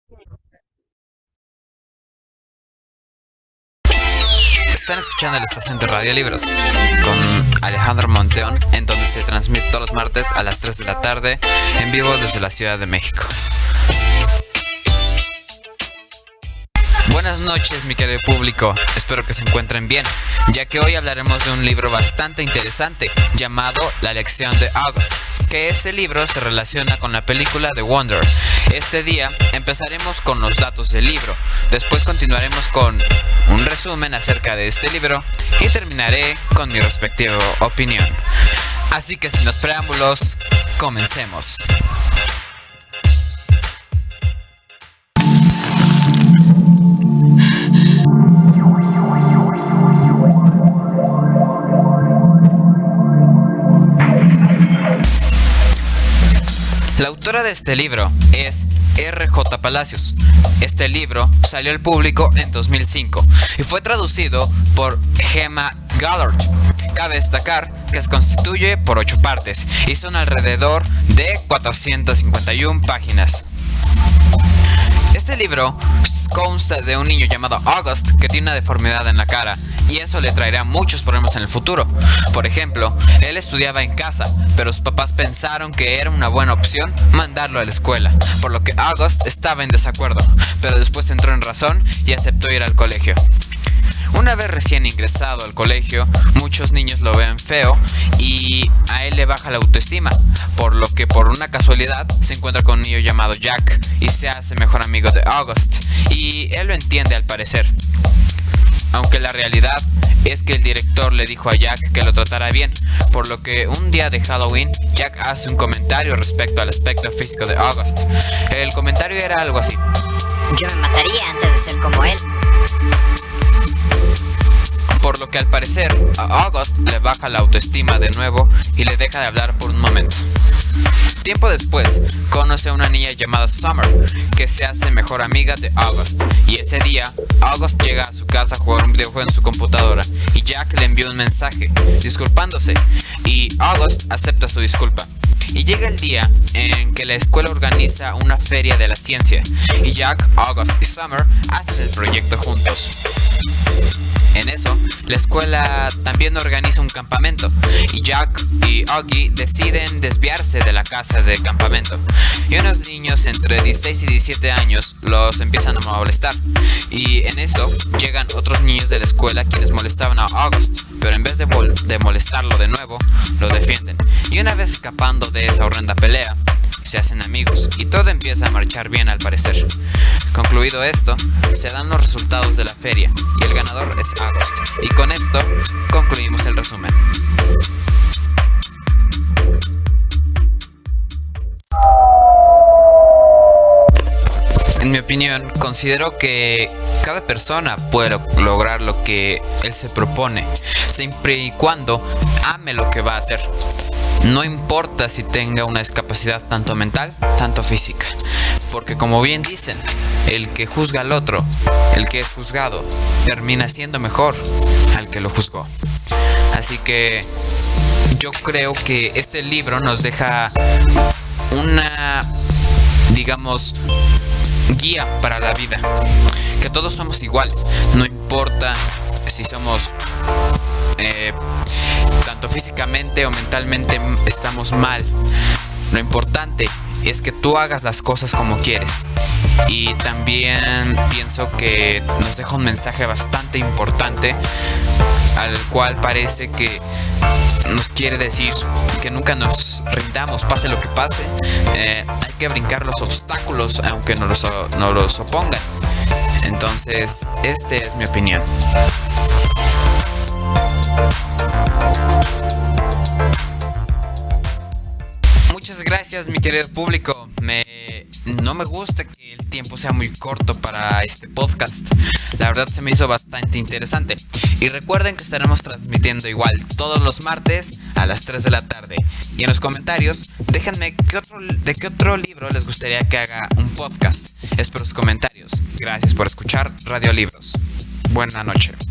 Están escuchando la estación de Radio Libros con Alejandro Monteón, en donde se transmite todos los martes a las 3 de la tarde en vivo desde la Ciudad de México. Buenas noches, mi querido público, espero que se encuentren bien, ya que hoy hablaremos de un libro bastante interesante llamado La lección de August, que ese libro se relaciona con la película The Wonder. Este día empezaremos con los datos del libro, después continuaremos con un resumen acerca de este libro y terminaré con mi respectiva opinión. Así que sin los preámbulos, comencemos. La autora de este libro es R.J. Palacios. Este libro salió al público en 2005 y fue traducido por Gemma Gallard. Cabe destacar que se constituye por 8 partes y son alrededor de 451 páginas. Este libro consta de un niño llamado August que tiene una deformidad en la cara y eso le traerá muchos problemas en el futuro. Por ejemplo, él estudiaba en casa, pero sus papás pensaron que era una buena opción mandarlo a la escuela, por lo que August estaba en desacuerdo, pero después entró en razón y aceptó ir al colegio. Una vez recién ingresado al colegio, muchos niños lo ven feo y a él le baja la autoestima, por lo que por una casualidad se encuentra con un niño llamado Jack y se hace mejor amigo de August, y él lo entiende al parecer. Aunque la realidad es que el director le dijo a Jack que lo tratara bien, por lo que un día de Halloween, Jack hace un comentario respecto al aspecto físico de August. El comentario era algo así: yo me mataría antes de ser como él. Por lo que al parecer a August le baja la autoestima de nuevo y le deja de hablar por un momento. Tiempo después, conoce a una niña llamada Summer, que se hace mejor amiga de August, y ese día, August llega a su casa a jugar un videojuego en su computadora, y Jack le envió un mensaje, disculpándose, y August acepta su disculpa. Y llega el día en que la escuela organiza una feria de la ciencia, y Jack, August y Summer hacen el proyecto juntos. En eso, la escuela también organiza un campamento y Jack y Augie deciden desviarse de la casa de campamento. Y unos niños entre 16 y 17 años los empiezan a molestar. Y en eso llegan otros niños de la escuela quienes molestaban a August, pero en vez de molestarlo de nuevo, lo defienden. Y una vez escapando de esa horrenda pelea, se hacen amigos y todo empieza a marchar bien al parecer. Concluido esto, se dan los resultados de la feria y el ganador es August. Y con esto concluimos el resumen. En mi opinión, considero que cada persona puede lograr lo que él se propone, siempre y cuando ame lo que va a hacer. No importa si tenga una discapacidad tanto mental, tanto física, porque como bien dicen, el que juzga al otro, el que es juzgado, termina siendo mejor al que lo juzgó. Así que yo creo que este libro nos deja una, digamos, guía para la vida, que todos somos iguales, no importa si somos tanto físicamente o mentalmente estamos mal. Lo importante es que tú hagas las cosas como quieres. Y también pienso que nos deja un mensaje bastante importante, al cual parece que nos quiere decir que nunca nos rindamos, pase lo que pase. Hay que brincar los obstáculos aunque nos los opongan. Entonces, esta es mi opinión. Muchas gracias, mi querido público. No me gusta que el tiempo sea muy corto para este podcast. La verdad se me hizo bastante interesante. Y recuerden que estaremos transmitiendo igual todos los martes a las 3 de la tarde. Y en los comentarios déjenme de qué otro libro les gustaría que haga un podcast. Espero sus comentarios. Gracias por escuchar Radio Libros. Buena noche.